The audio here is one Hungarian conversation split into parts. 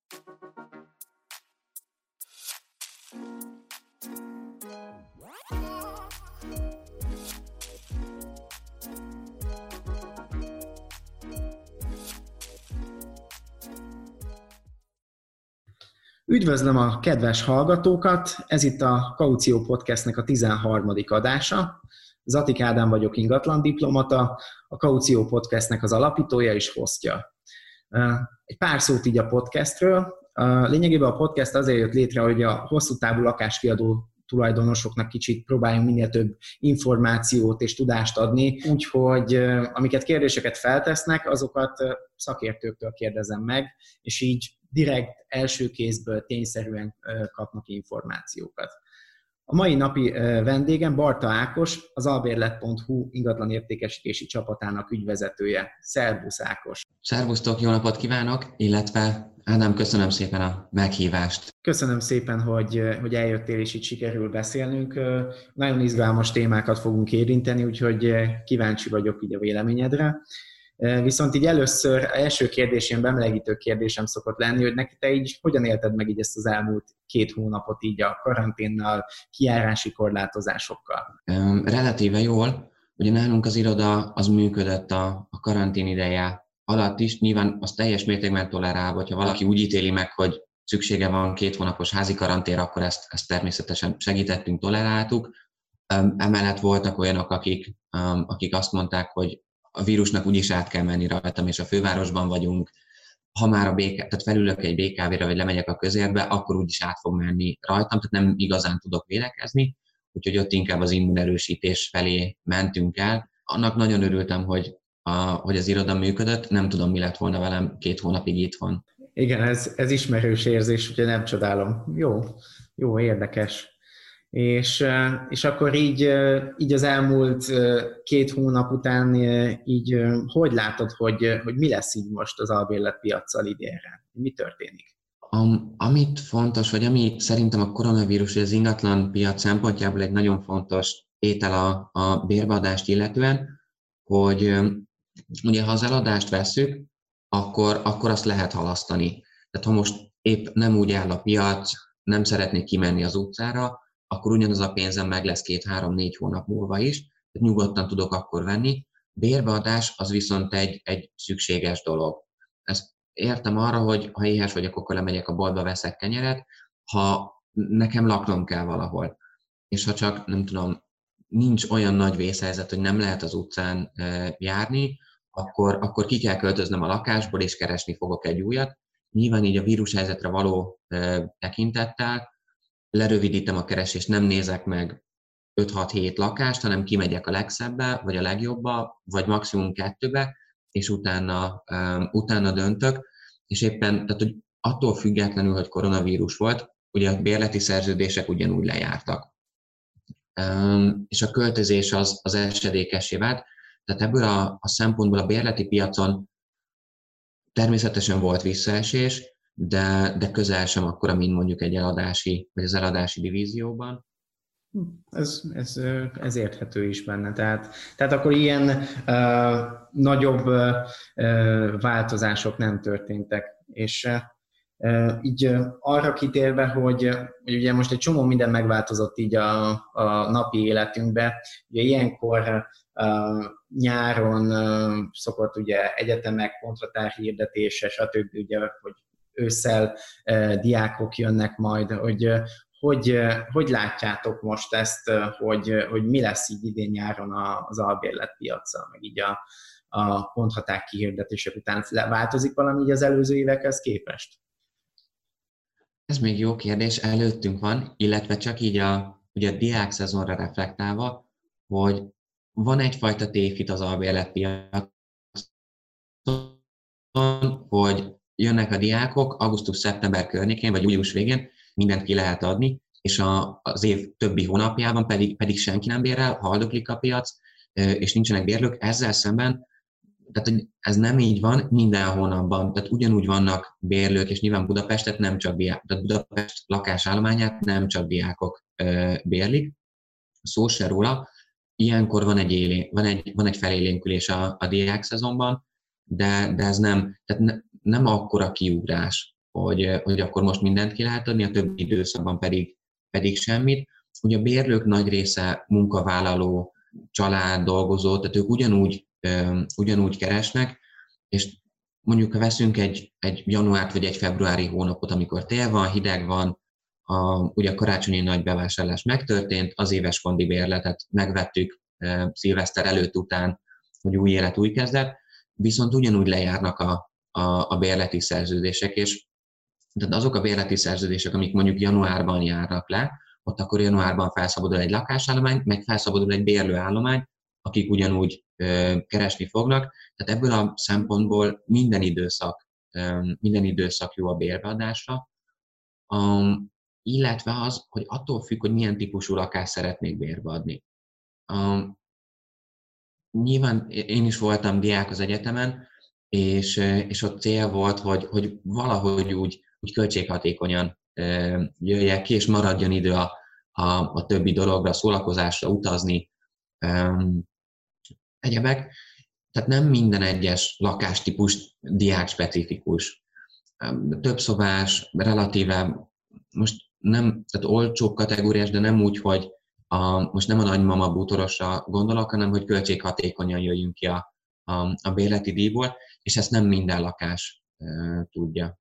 Üdvözlöm a kedves hallgatókat! Ez itt a Kaució Podcastnek a 13. adása. Zatik Ádám vagyok, ingatlan diplomata, a Kaució Podcastnek az alapítója és hostja. Egy pár szót így a podcastről. Lényegében a podcast azért jött létre, hogy a hosszú távú lakáskiadó tulajdonosoknak kicsit próbáljunk minél több információt és tudást adni, úgyhogy amiket kérdéseket feltesznek, azokat szakértőktől kérdezem meg, és így direkt első kézből tényszerűen kapnak információkat. A mai napi vendégem Barta Ákos, az albérlet.hu ingatlanértékesítési csapatának ügyvezetője. Szervusz Ákos! Szervusztok, jó napot kívánok, illetve Ádám, köszönöm szépen a meghívást. Köszönöm szépen, hogy eljöttél és itt sikerül beszélnünk. Nagyon izgalmas témákat fogunk érinteni, úgyhogy kíváncsi vagyok így a véleményedre. Viszont így először, első kérdésem, bemelegítő kérdésem szokott lenni, hogy te így hogyan élted meg így ezt az elmúlt 2 hónapot így a karanténnal, kijárási korlátozásokkal? Relatíve jól. Ugye nálunk az iroda az működött a karantén ideje alatt is, nyilván az teljes mértékben tolerál, hogyha valaki úgy ítéli meg, hogy szüksége van 2 hónapos házi karanténra, akkor ezt természetesen segítettünk, toleráltuk. Emellett voltak olyanok, akik azt mondták, hogy a vírusnak úgyis át kell menni rajtam, és a fővárosban vagyunk, ha már tehát felülök egy BKV-ra, vagy lemegyek a közérbe, akkor úgyis át fog menni rajtam, tehát nem igazán tudok védekezni, úgyhogy ott inkább az immunerősítés felé mentünk el. Annak nagyon örültem, hogy az iroda működött, nem tudom, mi lett volna velem 2 hónapig itthon. Igen, ez ismerős érzés, úgyhogy nem csodálom. Jó, érdekes. És akkor így az elmúlt 2 hónap után így hogy látod, hogy mi lesz így most az albérletpiaccal idénre? Mi történik? Amit fontos, vagy ami szerintem a koronavírus, vagy az ingatlan piac szempontjából egy nagyon fontos étel a bérbeadást illetően, hogy ugye ha az eladást vesszük, akkor azt lehet halasztani. Tehát ha most épp nem úgy áll a piac, nem szeretnék kimenni az utcára, akkor ugyanaz a pénzem meg lesz 2-3-4 hónap múlva is, tehát nyugodtan tudok akkor venni. Bérbeadás az viszont egy szükséges dolog. Ezt értem arra, hogy ha éhes vagyok, akkor lemegyek a boltba, veszek kenyeret, ha nekem laknom kell valahol. És ha csak, nem tudom, nincs olyan nagy vészhelyzet, hogy nem lehet az utcán járni, akkor ki kell költöznöm a lakásból, és keresni fogok egy újat. Nyilván így a vírushelyzetre való tekintettel lerövidítem a keresést, nem nézek meg 5-6-7 lakást, hanem kimegyek a legszebbe, vagy a legjobbba, vagy maximum 2-be, és utána döntök. És éppen, tehát hogy attól függetlenül, hogy koronavírus volt, ugye a bérleti szerződések ugyanúgy lejártak. És a költözés az esedékessé vált. Tehát ebből a szempontból a bérleti piacon természetesen volt visszaesés, de közel sem akkora, mint mondjuk egy eladási, vagy az eladási divízióban. Ez érthető is benne. Tehát akkor ilyen nagyobb változások nem történtek. És így arra kitérve, hogy ugye most egy csomó minden megváltozott így a napi életünkbe. Ugye ilyenkor nyáron szokott ugye egyetemek, kontratárhirdetése, stb. Ugye, hogy ősszel diákok jönnek majd, hogy látjátok most ezt, hogy mi lesz így idén nyáron az albérletpiacsal, meg így a kontratár kihirdetések után változik valami így az előző évekhez képest? Ez még jó kérdés, előttünk van, illetve csak így ugye a diák szezonra reflektálva, hogy van egyfajta tévhit az albérletpiacon, hogy jönnek a diákok augusztus-szeptember környékén, vagy július végén, mindent ki lehet adni, és az év többi hónapjában pedig senki nem bérel, haldoklik a piac, és nincsenek bérlők. Ezzel szemben, tehát ez nem így van minden hónapban, tehát ugyanúgy vannak bérlők, és nyilván Budapestet nem csak tehát Budapest lakásállományát nem csak diákok bérlik, szó se róla. Ilyenkor van egy felélénkülés a diák szezonban, de ez nem akkora kiugrás. hogy akkor most mindent ki lehet adni, a többi időszakban pedig semmit. Ugye a bérlők nagy része munkavállaló, család, dolgozó, tehát ők ugyanúgy keresnek, és mondjuk ha veszünk egy januárt vagy egy februári hónapot, amikor tél van, hideg van, ugye a karácsonyi nagy bevásárlás megtörtént, az éves kondibérletet megvettük szilveszter előtt után, hogy új élet, új kezdet, viszont ugyanúgy lejárnak a bérleti szerződések, és tehát azok a bérleti szerződések, amik mondjuk januárban járnak le, ott akkor januárban felszabadul egy lakásállomány, meg felszabadul egy bérlőállomány, akik ugyanúgy keresni fognak. Tehát ebből a szempontból minden időszak jó a bérbeadásra, illetve az, hogy attól függ, hogy milyen típusú lakást szeretnék bérbeadni. Nyilván én is voltam diák az egyetemen, és ott cél volt, hogy valahogy úgy költséghatékonyan jöjjek ki, és maradjon idő a többi dologra, szórakozásra, utazni, egyebek. Tehát nem minden egyes lakástípus diák-specifikus. Több szobás, relatíve, most nem, tehát olcsóbb kategóriás, de nem úgy, hogy most nem a nagymama bútorosra gondolok, hanem hogy költséghatékonyan jöjjünk ki a bérleti díjból, és ezt nem minden lakás tudja.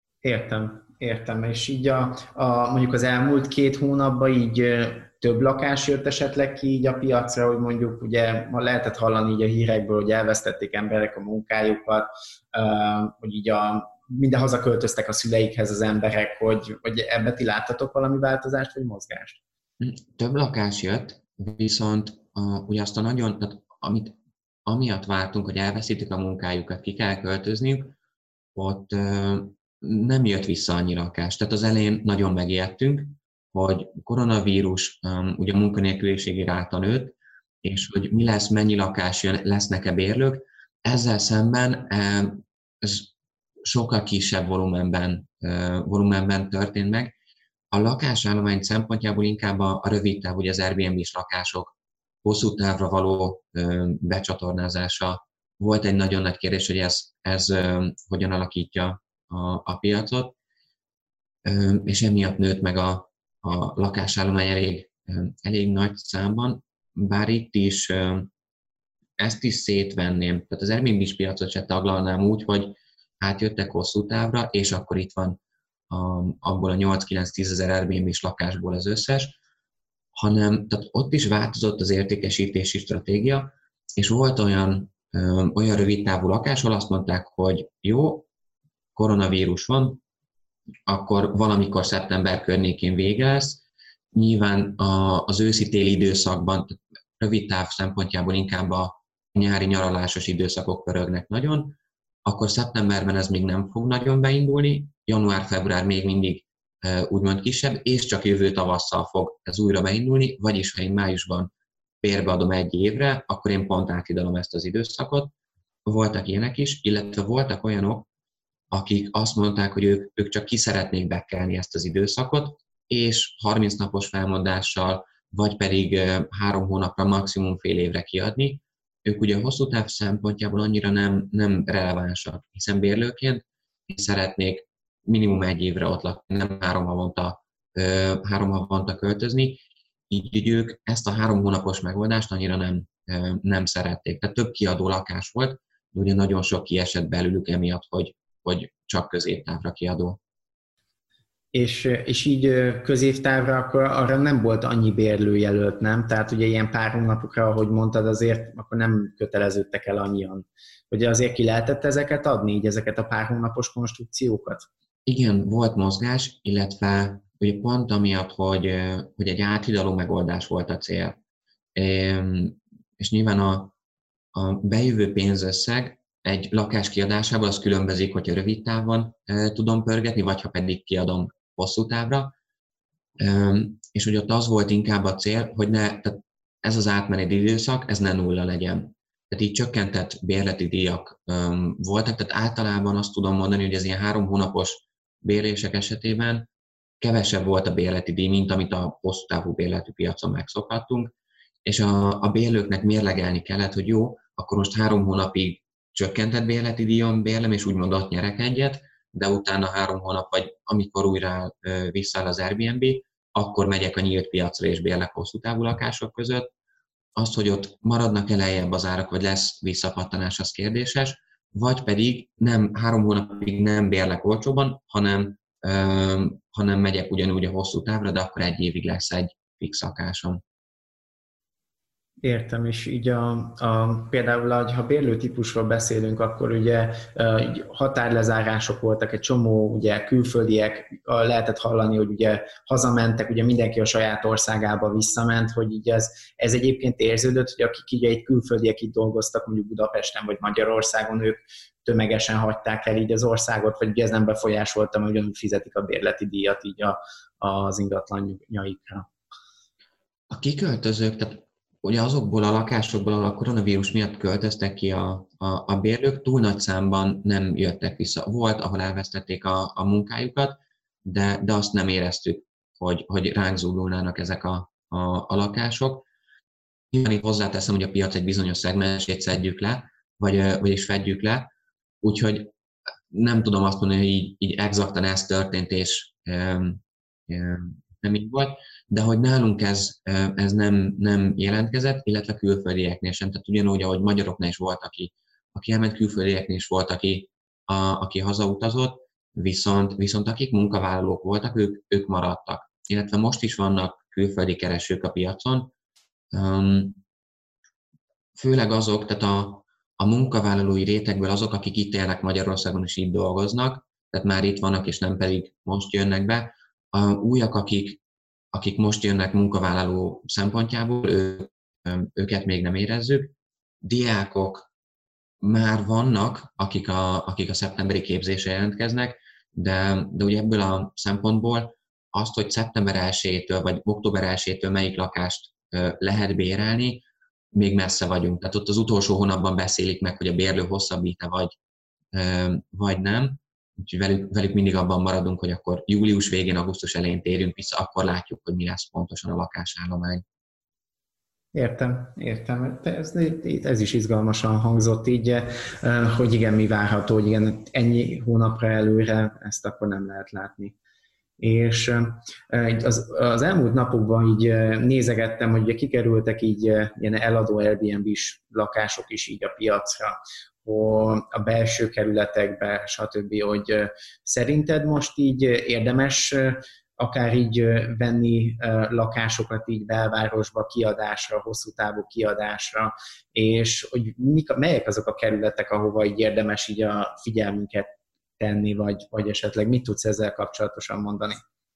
Értem. És így mondjuk az elmúlt 2 hónapban így több lakás jött esetleg ki így a piacra, hogy mondjuk ugye lehetett hallani így a hírekből, hogy elvesztették emberek a munkájukat, hogy így minden hazaköltöztek a szüleikhez az emberek, hogy ebbe ti láttatok valami változást vagy mozgást? Több lakás jött, viszont ugye azt tehát amit amiatt vártunk, hogy elveszítik a munkájukat, ki kell költözniük, ott nem jött vissza annyi lakás. Tehát az elején nagyon megijedtünk, hogy koronavírus, ugye a munkanélküliségi ráta nőtt, és hogy mi lesz, mennyi lakás jön, lesznek-e bérlők. Ezzel szemben ez sokkal kisebb volumenben történt meg. A lakásállomány szempontjából inkább a rövid táv, ugye az Airbnb-s lakások hosszú távra való becsatornázása volt egy nagyon nagy kérdés, hogy ez hogyan alakítja a piacot, és emiatt nőtt meg a lakásállomány elég nagy számban, bár itt is ezt is szétvenném. Tehát az Airbnb-s piacot se taglalnám úgy, hogy átjöttek hosszú távra, és akkor itt van abból a 8-9-10 ezer Airbnb-s lakásból az összes, hanem tehát ott is változott az értékesítési stratégia, és volt olyan rövid távú lakás, ahol azt mondták, hogy jó, koronavírus van, akkor valamikor szeptember környékén vége lesz. Nyilván az őszi-téli időszakban, rövid táv szempontjából inkább a nyári nyaralásos időszakok pörögnek nagyon, akkor szeptemberben ez még nem fog nagyon beindulni, január-február még mindig úgymond kisebb, és csak jövő tavasszal fog ez újra beindulni, vagyis ha én májusban bérbeadom 1 évre, akkor én pont átidalom ezt az időszakot. Voltak ilyenek is, illetve voltak olyanok, akik azt mondták, hogy ők csak ki szeretnék bekelni ezt az időszakot, és 30 napos felmondással, vagy pedig 3 hónapra, maximum fél évre kiadni. Ők ugye a hosszú táv szempontjából annyira nem relevánsak, hiszen bérlőként szeretnék minimum 1 évre ott lakni, nem 3 havonta költözni, így ők ezt a 3 hónapos megoldást annyira nem szerették. Tehát több kiadó lakás volt, de ugye nagyon sok kiesett belőlük emiatt, hogy csak középtávra kiadó. És így középtávra akkor arra nem volt annyi bérlőjelölt, nem? Tehát ugye ilyen pár hónapokra, ahogy mondtad, azért akkor nem köteleződtek el annyian. Hogy azért ki lehetett ezeket adni, így ezeket a pár hónapos konstrukciókat? Igen, volt mozgás, illetve ugye pont amiatt, hogy egy áthidaló megoldás volt a cél. És nyilván a bejövő pénzösszeg egy lakás kiadásából az különbözik, hogyha rövid távon tudom pörgetni, vagy ha pedig kiadom hosszú távra. És ugye ott az volt inkább a cél, hogy tehát ez az átmeneti időszak, ez ne nulla legyen. Tehát így csökkentett bérleti díjak voltak, tehát általában azt tudom mondani, hogy az ilyen 3 hónapos bérlések esetében kevesebb volt a bérleti díj, mint amit a hosszú távú bérleti piacon megszokhattunk, és a bérlőknek mérlegelni kellett, hogy jó, akkor most 3 hónapig csökkentett bérleti díjon bérlem, és úgymond ott nyerek egyet, de utána 3 hónap, vagy amikor újra visszaáll az Airbnb, akkor megyek a nyílt piacra és bérlek hosszú távú lakások között. Az, hogy ott maradnak-e lejjebb az árak, vagy lesz visszapattanás, az kérdéses, vagy pedig nem 3 hónapig nem bérlek olcsóban, hanem megyek ugyanúgy a hosszú távra, de akkor 1 évig lesz egy fix lakásom. Értem, és így például, ha bérlő típusról beszélünk, akkor ugye határlezárások voltak, egy csomó ugye külföldiek, lehetett hallani, hogy ugye hazamentek, ugye mindenki a saját országába visszament, hogy így ez egyébként érződött, hogy akik így egy külföldiek itt dolgoztak, mondjuk Budapesten vagy Magyarországon, ők tömegesen hagyták el így az országot, vagy ugye ez nem befolyásolta, mert ugyanúgy fizetik a bérleti díjat így az ingatlanjaikra. A kiköltözők, tehát ugye azokból a lakásokból, ahol a koronavírus miatt költöztek ki a bérlők, túl nagy számban nem jöttek vissza. Volt, ahol elvesztették a munkájukat, de azt nem éreztük, hogy ránk zúdulnának ezek a lakások. Nyilván itt hozzáteszem, hogy a piac egy bizonyos szegmensét szedjük le, vagyis fedjük le, úgyhogy nem tudom azt mondani, hogy így exaktan ez történt, és nem így volt, de hogy nálunk ez nem jelentkezett, illetve külföldieknél sem. Tehát ugyanúgy, ahogy magyaroknál is volt, aki elment, külföldieknél is volt, aki hazautazott, viszont akik munkavállalók voltak, ők maradtak. Illetve most is vannak külföldi keresők a piacon, főleg azok, tehát a munkavállalói rétegből azok, akik itt élnek Magyarországon és itt dolgoznak, tehát már itt vannak, és nem pedig most jönnek be. A újak, akik most jönnek munkavállaló szempontjából, őket még nem érezzük. Diákok már vannak, akik a szeptemberi képzésre jelentkeznek, de ugye ebből a szempontból azt, hogy szeptember 1-től vagy október 1-től melyik lakást lehet bérelni, még messze vagyunk. Tehát ott az utolsó hónapban beszélik meg, hogy a bérlő hosszabbít-e vagy nem. Úgyhogy velük mindig abban maradunk, hogy akkor július végén, augusztus elején térjünk vissza, akkor látjuk, hogy mi lesz pontosan a lakásállomány. Értem. Ez is izgalmasan hangzott így, hogy igen, mi várható, hogy igen, ennyi hónapra előre ezt akkor nem lehet látni. És az elmúlt napokban így nézegettem, hogy ugye kikerültek így ilyen eladó Airbnb-s lakások is így a piacra, a belső kerületekbe, stb., hogy szerinted most így érdemes akár így venni lakásokat így belvárosba kiadásra, hosszú távú kiadásra, és hogy melyek azok a kerületek, ahova így érdemes így a figyelmünket tenni, vagy esetleg mit tudsz ezzel kapcsolatosan mondani?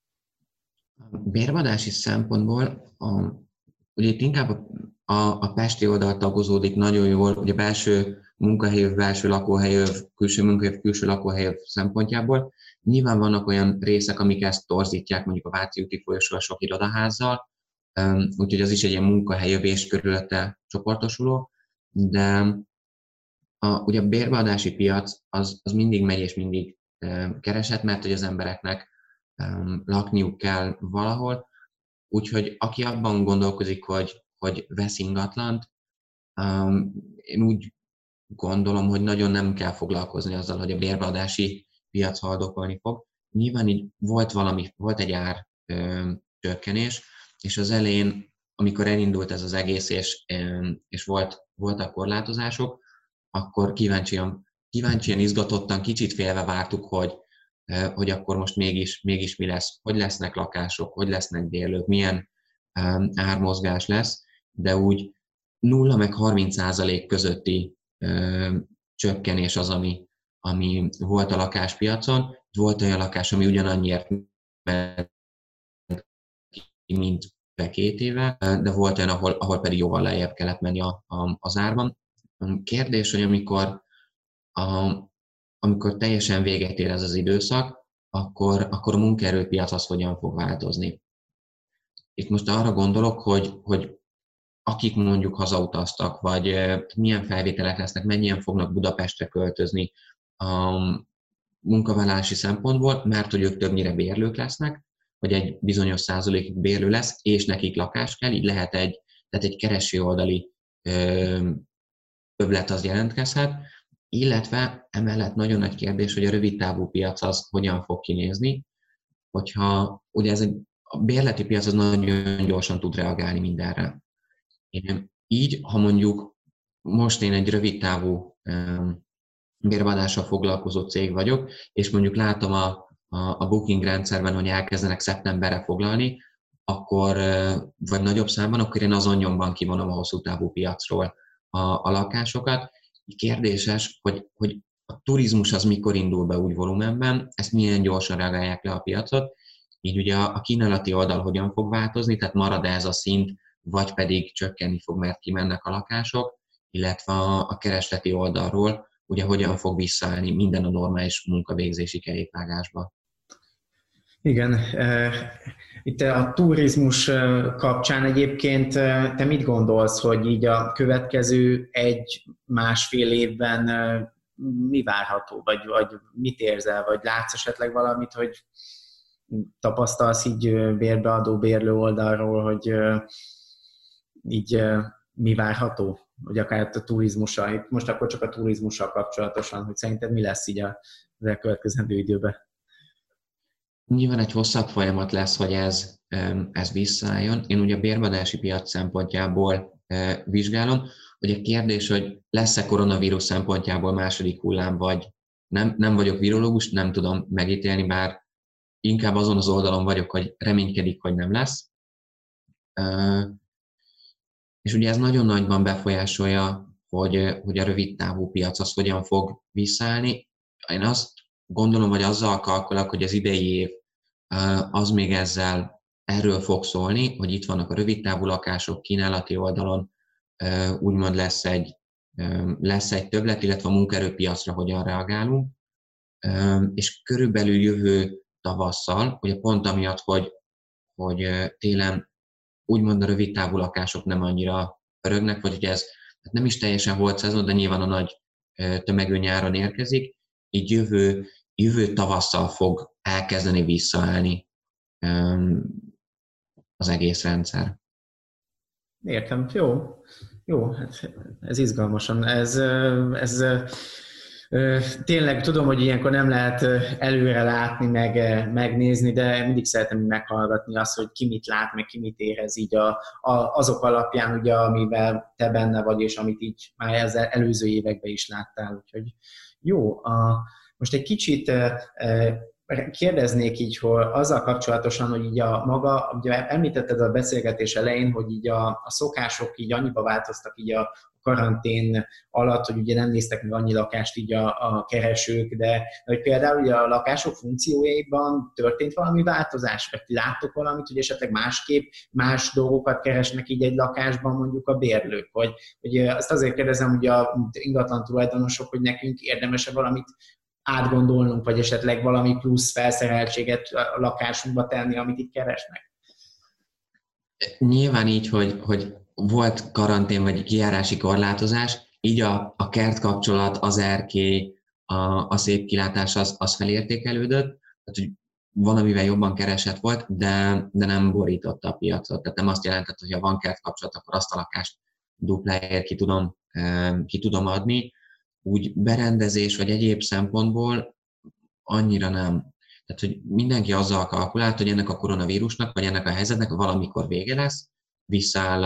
Bérvadási szempontból ugye itt inkább a pesti oldal tagozódik nagyon jól, ugye belső munkahelyöv, belső lakóhelyöv, külső munkahelyöv, külső lakóhelyöv szempontjából. Nyilván vannak olyan részek, amik ezt torzítják, mondjuk a Váci úti folyosó a sok irodaházzal, úgyhogy az is egy ilyen munkahelyövés körülötte csoportosuló, de ugye a bérbeadási piac az mindig megy és mindig keresett, mert hogy az embereknek lakniuk kell valahol, úgyhogy aki abban gondolkozik, hogy vesz ingatlant, én úgy gondolom, hogy nagyon nem kell foglalkozni azzal, hogy a bérbeadási piac haldokolni fog. Nyilván így volt egy ár csökkenés, és az elején, amikor elindult ez az egész, és voltak korlátozások, akkor kíváncsian izgatottan, kicsit félve vártuk, hogy akkor most mégis mi lesz, hogy lesznek lakások, hogy lesznek bérlők, milyen ármozgás lesz, de úgy 0 meg 30% közötti csökkenés az, ami volt a lakáspiacon. Volt olyan lakás, ami ugyanannyiért ment ki, mint 2 éve, de volt olyan, ahol pedig jóval lejjebb kellett menni az árban. Kérdés, hogy amikor teljesen véget ér ez az időszak, akkor a munkaerőpiac az hogyan fog változni. Itt most arra gondolok, hogy akik mondjuk hazautaztak, vagy milyen felvételek lesznek, mennyien fognak Budapestre költözni a munkavállalási szempontból, mert hogy ők többnyire bérlők lesznek, vagy egy bizonyos százalékig bérlő lesz, és nekik lakás kell, így lehet egy keresőoldali többlet az jelentkezhet, illetve emellett nagyon nagy kérdés, hogy a rövidtávú piac az hogyan fog kinézni, hogyha ugye a bérleti piac az nagyon gyorsan tud reagálni mindenre. Így, ha mondjuk most én egy rövidtávú bérbeadással foglalkozó cég vagyok, és mondjuk látom a booking rendszerben, hogy elkezdenek szeptemberre foglalni, akkor, vagy nagyobb számban, akkor én azon nyomban kivonom a hosszú távú piacról a lakásokat. Kérdéses, hogy a turizmus az mikor indul be úgy volumenben, ezt milyen gyorsan reagálják le a piacot, így ugye a kínálati oldal hogyan fog változni, tehát marad ez a szint, vagy pedig csökkenni fog, mert kimennek a lakások, illetve a keresleti oldalról ugye hogyan fog visszaállni minden a normális munkavégzési kerékvágásba. Igen, itt a turizmus kapcsán egyébként te mit gondolsz, hogy így a következő 1-1,5 évben mi várható, vagy mit érzel, vagy látsz esetleg valamit, hogy tapasztalsz így bérbeadó, bérlő oldalról, hogy így mi várható, vagy akár a turizmussal, itt most akkor csak a turizmussal kapcsolatosan, hogy szerinted mi lesz így az elkövetkezendő időben? Nyilván egy hosszabb folyamat lesz, hogy ez visszaálljon. Én ugye a bérbeadási piac szempontjából vizsgálom, hogy a kérdés, hogy lesz-e koronavírus szempontjából második hullám, vagy nem vagyok virológus, nem tudom megítélni, bár inkább azon az oldalon vagyok, hogy reménykedik, hogy nem lesz. És ugye ez nagyon nagyban befolyásolja, hogy a rövid távú piac az hogyan fog visszaállni. Én azt gondolom, hogy azzal kalkulálok, hogy az idei év az még erről fog szólni, hogy itt vannak a rövid távú lakások kínálati oldalon, úgymond lesz egy többlet, illetve a munkaerőpiacra hogyan reagálunk, és körülbelül jövő tavasszal, ugye pont amiatt, hogy télen úgymond a rövid távú lakások nem annyira pörögnek, vagy hogy ez nem is teljesen volt szezon, de nyilván a nagy tömegű nyáron érkezik, így jövő tavasszal fog elkezdeni visszaállni az egész rendszer. Értem, jó, hát ez izgalmasan. Ez tényleg tudom, hogy ilyenkor nem lehet előre látni, megnézni, de mindig szeretem meghallgatni azt, hogy ki mit lát, meg ki mit érez így azok alapján, ugye, amivel te benne vagy, és amit így már az előző években is láttál. Úgyhogy jó, most egy kicsit kérdeznék így, hogy azzal kapcsolatosan, hogy így ugye említetted a beszélgetés elején, hogy így a szokások így annyiba változtak így a karantén alatt, hogy ugye nem néztek meg annyi lakást így a keresők, de hogy például ugye a lakások funkciójaiban történt valami változás, vagy ti láttok valamit, hogy esetleg másképp más dolgokat keresnek így egy lakásban mondjuk a bérlők, hogy azt azért kérdezem, hogy a ingatlan tulajdonosok, hogy nekünk érdemes-e valamit átgondolnunk, vagy esetleg valami plusz felszereltséget a lakásunkba tenni, amit itt keresnek? Nyilván így, hogy volt karantén vagy kijárási korlátozás, így a kertkapcsolat, az erkély, a szép kilátás az felértékelődött, tehát hogy valamivel jobban keresett volt, de nem borította a piacot. Tehát nem azt jelentett, hogy ha van kertkapcsolat, akkor azt a lakást dupláért ki tudom adni. Úgy berendezés vagy egyéb szempontból annyira nem. Tehát, hogy mindenki azzal kalkulált, hogy ennek a koronavírusnak, vagy ennek a helyzetnek valamikor vége lesz, visszaáll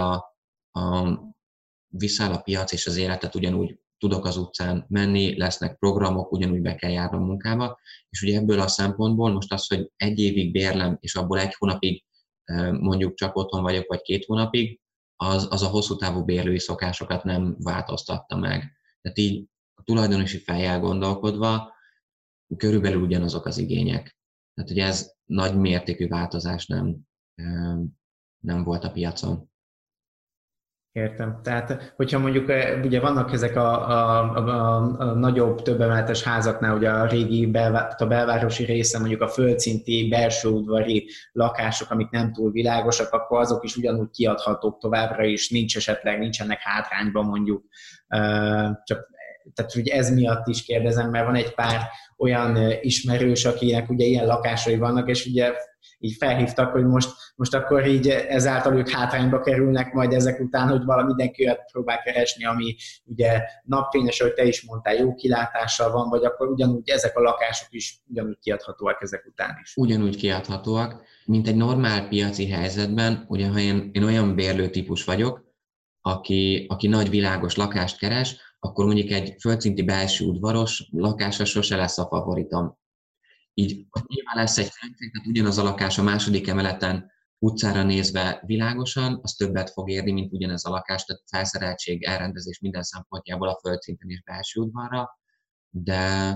a piac és az életet, ugyanúgy tudok az utcán menni, lesznek programok, ugyanúgy be kell járnom munkába, és ugye ebből a szempontból most az, hogy 1 évig bérlem, és abból 1 hónapig mondjuk csak otthon vagyok, vagy 2 hónapig, az a hosszú távú bérlői szokásokat nem változtatta meg. Tehát így a tulajdonosi fejjel gondolkodva körülbelül ugyanazok az igények. Tehát, hogy ez nagy mértékű változás nem volt a piacon. Értem. Tehát, hogyha mondjuk ugye vannak ezek a nagyobb, több emeletes házaknál, ugye a régi a belvárosi része, mondjuk a földszinti, belsőudvari lakások, amik nem túl világosak, akkor azok is ugyanúgy kiadhatók továbbra is, nincsenek hátrányban mondjuk. Tehát, hogy ez miatt is kérdezem, mert van egy pár olyan ismerős, akinek ugye ilyen lakásai vannak, és ugye így felhívtak, hogy most akkor így ezáltal ők hátrányba kerülnek majd ezek után, hogy mindenki olyat próbál keresni, ami ugye napfényes, ahogy te is mondtál, jó kilátással van, vagy akkor ugyanúgy ezek a lakások is ugyanúgy kiadhatóak ezek után is. Ugyanúgy kiadhatóak, mint egy normál piaci helyzetben, ugye ha én olyan bérlőtípus vagyok, aki nagy világos lakást keres, akkor mondjuk egy földszinti belső udvaros lakása sose lesz a favoritom. Így nyilván lesz egy földszinti, tehát ugyanaz a lakás a második emeleten utcára nézve világosan, az többet fog érni, mint ugyanez a lakás, tehát felszereltség, elrendezés minden szempontjából a földszinten és belső udvarra, de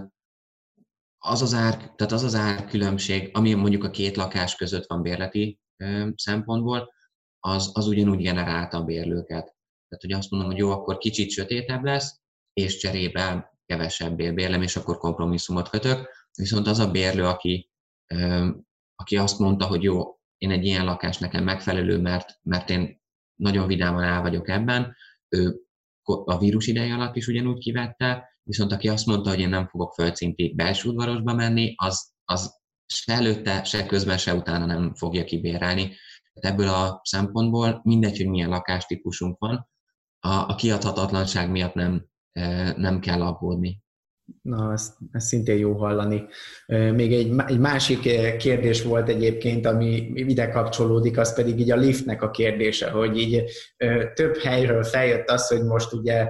tehát az az árkülönbség, ami mondjuk a két lakás között van bérleti szempontból, az ugyanúgy generálta a bérlőket. Tehát, hogy azt mondom, hogy jó, akkor kicsit sötétebb lesz, és cserébe kevesebbért bérlem, és akkor kompromisszumot kötök. Viszont az a bérlő, aki azt mondta, hogy jó, én egy ilyen lakás nekem megfelelő, mert én nagyon vidáman el vagyok ebben, ő a vírus ideje alatt is ugyanúgy kivette, viszont aki azt mondta, hogy én nem fogok földszinti belső udvarosba menni, az se előtte, se közben, se utána nem fogja kibérelni. Tehát ebből a szempontból mindegy, hogy milyen lakástípusunk van, a kiadhatatlanság miatt nem kell aggódni. Na, ez szintén jó hallani. Még egy másik kérdés volt egyébként, ami ide kapcsolódik, az pedig így a liftnek a kérdése, hogy így több helyről feljött az, hogy most ugye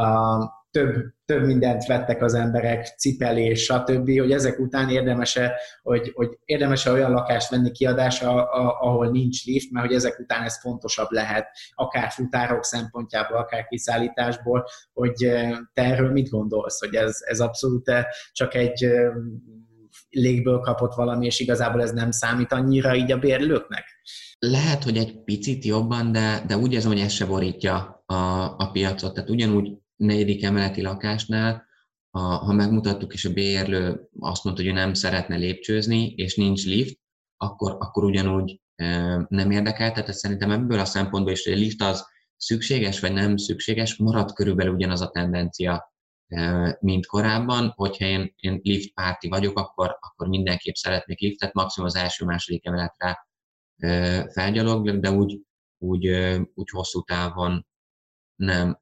több mindent vettek az emberek, cipelés, stb., hogy ezek után érdemes-e olyan lakást venni kiadásra, ahol nincs lift, mert hogy ezek után ez fontosabb lehet, akár futárok szempontjából, akár kiszállításból, hogy te erről mit gondolsz, hogy ez abszolút csak egy légből kapott valami, és igazából ez nem számít annyira így a bérlőknek? Lehet, hogy egy picit jobban, de úgy érzem, hogy ez se borítja a piacot. Tehát ugyanúgy negyedik emeleti lakásnál, ha megmutattuk, és a bérlő azt mondta, hogy ő nem szeretne lépcsőzni, és nincs lift, akkor ugyanúgy nem érdekel. Tehát szerintem ebből a szempontból is, hogy a lift az szükséges, vagy nem szükséges, marad körülbelül ugyanaz a tendencia, mint korábban. Hogyha én lift párti vagyok, akkor mindenképp szeretnék liftet, maximum az első-második emeletre felgyalog, de úgy hosszú távon nem.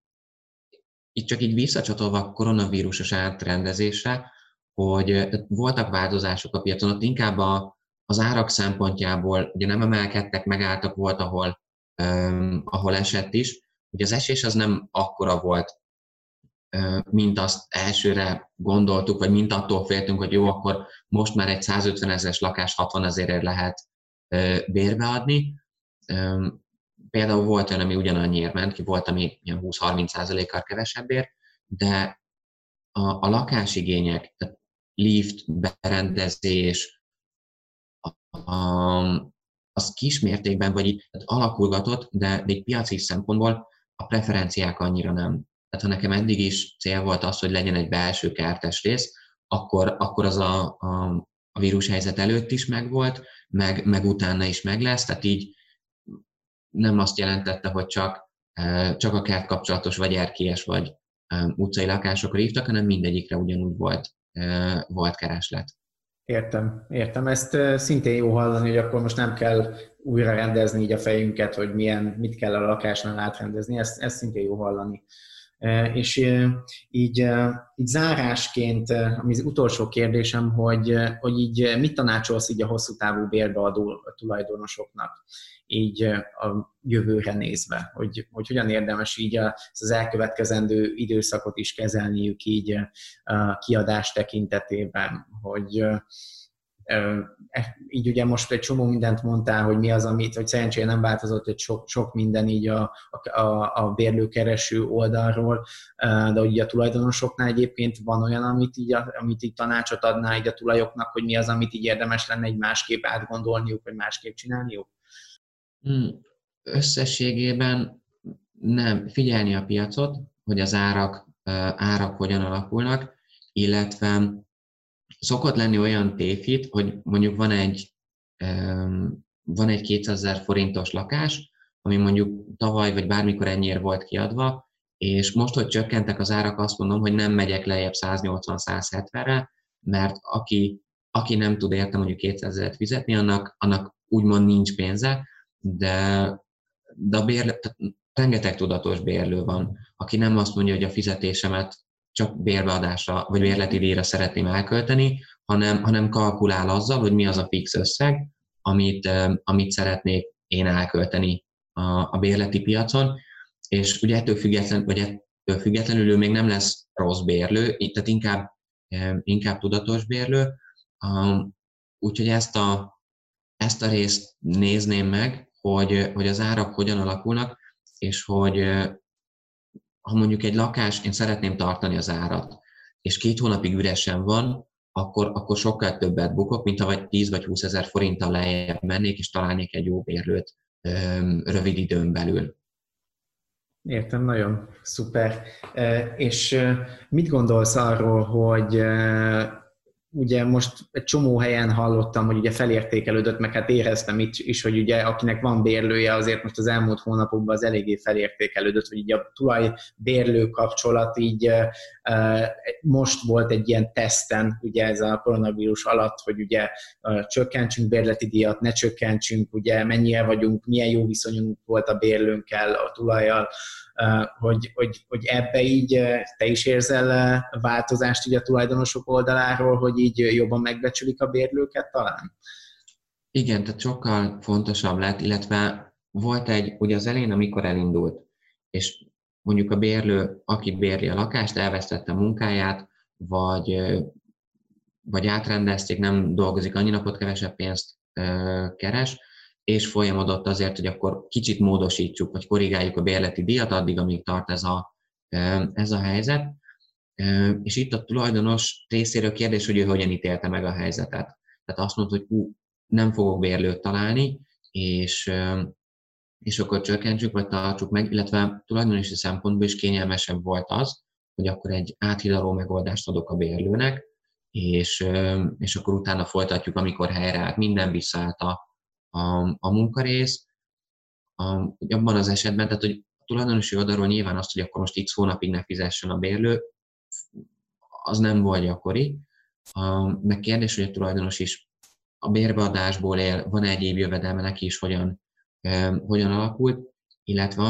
Így csak így visszacsatolva a koronavírusos átrendezésre, hogy voltak változások a piacon, ott inkább az árak szempontjából ugye nem emelkedtek, megálltak, volt, ahol esett is. Ugye az esés az nem akkora volt, mint azt elsőre gondoltuk, vagy mint attól féltünk, hogy jó, akkor most már egy 150 000-es lakás 60 000-ért lehet bérbe adni. Például volt olyan, ami ugyanannyiért ment ki, volt, ami 20-30%-kal kevesebbért, de a lakásigények, tehát lift, berendezés, az kismértékben vagy így alakulgatott, de egy piaci szempontból a preferenciák annyira nem. Tehát ha nekem eddig is cél volt az, hogy legyen egy belső kertes rész, akkor az a vírushelyzet előtt is megvolt, meg utána is meg lesz, tehát így nem azt jelentette, hogy csak a kert kapcsolatos, vagy erkélyes, vagy utcai lakásokra hívtak, hanem mindegyikre ugyanúgy volt kereslet. Értem. Ezt szintén jó hallani, hogy akkor most nem kell újra rendezni így a fejünket, hogy mit kell a lakásnál átrendezni, ezt szintén jó hallani. És így zárásként, ami az utolsó kérdésem, hogy így mit tanácsolsz így a hosszú távú bérbeadó tulajdonosoknak, így a jövőre nézve, hogy hogyan érdemes így az elkövetkezendő időszakot is kezelniük így a kiadás tekintetében, hogy így ugye most egy csomó mindent mondtál, hogy mi az, hogy szerencsére nem változott egy sok minden így a bérlőkereső oldalról, de ugye a tulajdonosoknál egyébként van olyan, amit így tanácsot adná így a tulajoknak, hogy mi az, amit így érdemes lenne egy másképp átgondolniuk, vagy másképp csinálniuk? Összességében nem. Figyelni a piacot, hogy az árak hogyan alakulnak, illetve szokott lenni olyan tévhit, hogy mondjuk van egy 200 000 forintos lakás, ami mondjuk tavaly vagy bármikor ennyiért volt kiadva, és most, hogy csökkentek az árak, azt mondom, hogy nem megyek lejjebb 180-170-re, mert aki nem tud érte mondjuk 200 000 fizetni, annak úgymond nincs pénze, de tehát rengeteg tudatos bérlő van, aki nem azt mondja, hogy a fizetésemet csak bérbeadásra vagy bérleti díjra szeretném elkölteni, hanem kalkulál azzal, hogy mi az a fix összeg, amit szeretnék én elkölteni a bérleti piacon, és ugye ettől függetlenül ő még nem lesz rossz bérlő, tehát inkább tudatos bérlő. Úgyhogy ezt a részt nézném meg, hogy az árak hogyan alakulnak, és hogy ha mondjuk egy lakás, én szeretném tartani az árat, és 2 hónapig üresen van, akkor sokkal többet bukok, mint ha vagy 10 vagy 20 ezer forinttal lejjebb mennék, és találnék egy jó bérlőt rövid időn belül. Értem, nagyon szuper. És mit gondolsz arról, hogy ugye most egy csomó helyen hallottam, hogy ugye felértékelődött, meg hát éreztem itt is, hogy ugye akinek van bérlője, azért most az elmúlt hónapokban az eléggé felértékelődött, hogy ugye a tulaj-bérlő kapcsolat így most volt egy ilyen teszten, ugye ez a koronavírus alatt, hogy ugye csökkentsünk bérleti díjat, ne csökkentsünk, ugye mennyire vagyunk, milyen jó viszonyunk volt a bérlőnkkel, a tulajjal, hogy ebbe így te is érzel változást így a tulajdonosok oldaláról, hogy így jobban megbecsülik a bérlőket talán? Igen, tehát sokkal fontosabb lett, illetve volt ugye az elején, amikor elindult, és mondjuk a bérlő, aki bérli a lakást, elvesztette a munkáját, vagy átrendezték, nem dolgozik annyi napot, kevesebb pénzt keres, és folyamodott azért, hogy akkor kicsit módosítsuk, vagy korrigáljuk a bérleti díjat addig, amíg tart ez a helyzet. És itt a tulajdonos részéről kérdés, hogy ő hogyan ítélte meg a helyzetet. Tehát azt mondta, hogy nem fogok bérlőt találni, és akkor csökkentsük, vagy tartsuk meg, illetve tulajdonosi szempontból is kényelmesebb volt az, hogy akkor egy áthidaló megoldást adok a bérlőnek, és akkor utána folytatjuk, amikor helyreállt, minden visszaállt a munkarész. Abban az esetben, tehát hogy a tulajdonosi oldalról nyilván azt, hogy akkor most x hónapig ne fizessen a bérlő, az nem volt gyakori. Meg kérdés, hogy a tulajdonos is a bérbeadásból él, van egyéb jövedelme neki is, hogyan alakult, illetve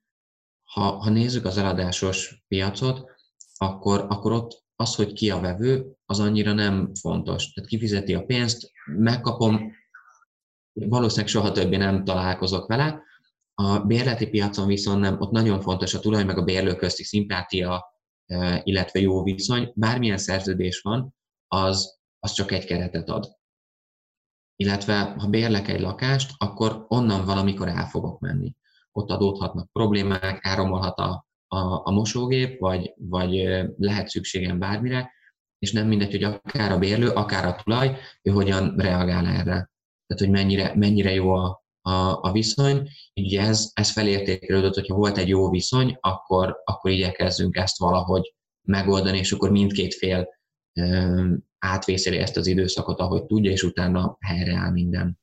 ha nézzük az eladásos piacot, akkor ott az, hogy ki a vevő, az annyira nem fontos. Tehát kifizeti a pénzt, megkapom, valószínűleg soha többé nem találkozok vele. A bérleti piacon viszont nem, ott nagyon fontos a tulaj meg a bérlő közti szimpátia, illetve jó viszony. Bármilyen szerződés van, az csak egy keretet ad. Illetve ha bérlek egy lakást, akkor onnan valamikor el fogok menni. Ott adódhatnak problémák, elromolhat a mosógép, vagy lehet szükségem bármire, és nem mindegy, hogy akár a bérlő, akár a tulaj, ő hogyan reagál erre. Tehát, hogy mennyire jó a viszony. Ugye ez felértékelődött, hogyha volt egy jó viszony, akkor igyekezzünk ezt valahogy megoldani, és akkor mindkét fél átvészeli ezt az időszakot, ahogy tudja, és utána helyreáll minden.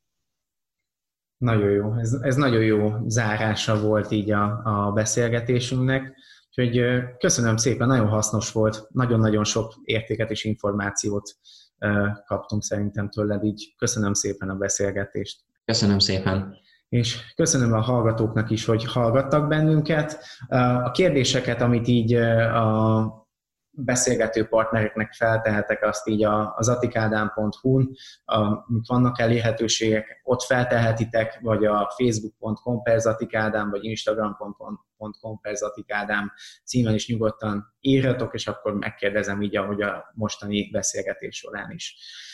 Nagyon jó. Ez nagyon jó zárása volt így a beszélgetésünknek. Úgyhogy köszönöm szépen, nagyon hasznos volt, nagyon-nagyon sok értéket és információt kaptunk szerintem tőled, így köszönöm szépen a beszélgetést. Köszönöm szépen. És köszönöm a hallgatóknak is, hogy hallgattak bennünket. A kérdéseket, amit így a beszélgető partnereknek feltehetek, azt így az atikádám.hu-n, vannak elérhetőségek, ott feltehetitek, vagy a facebook.com/zatikádám, vagy instagram.com/zatikádám címen is nyugodtan írjatok, és akkor megkérdezem így, ahogy a mostani beszélgetés során is.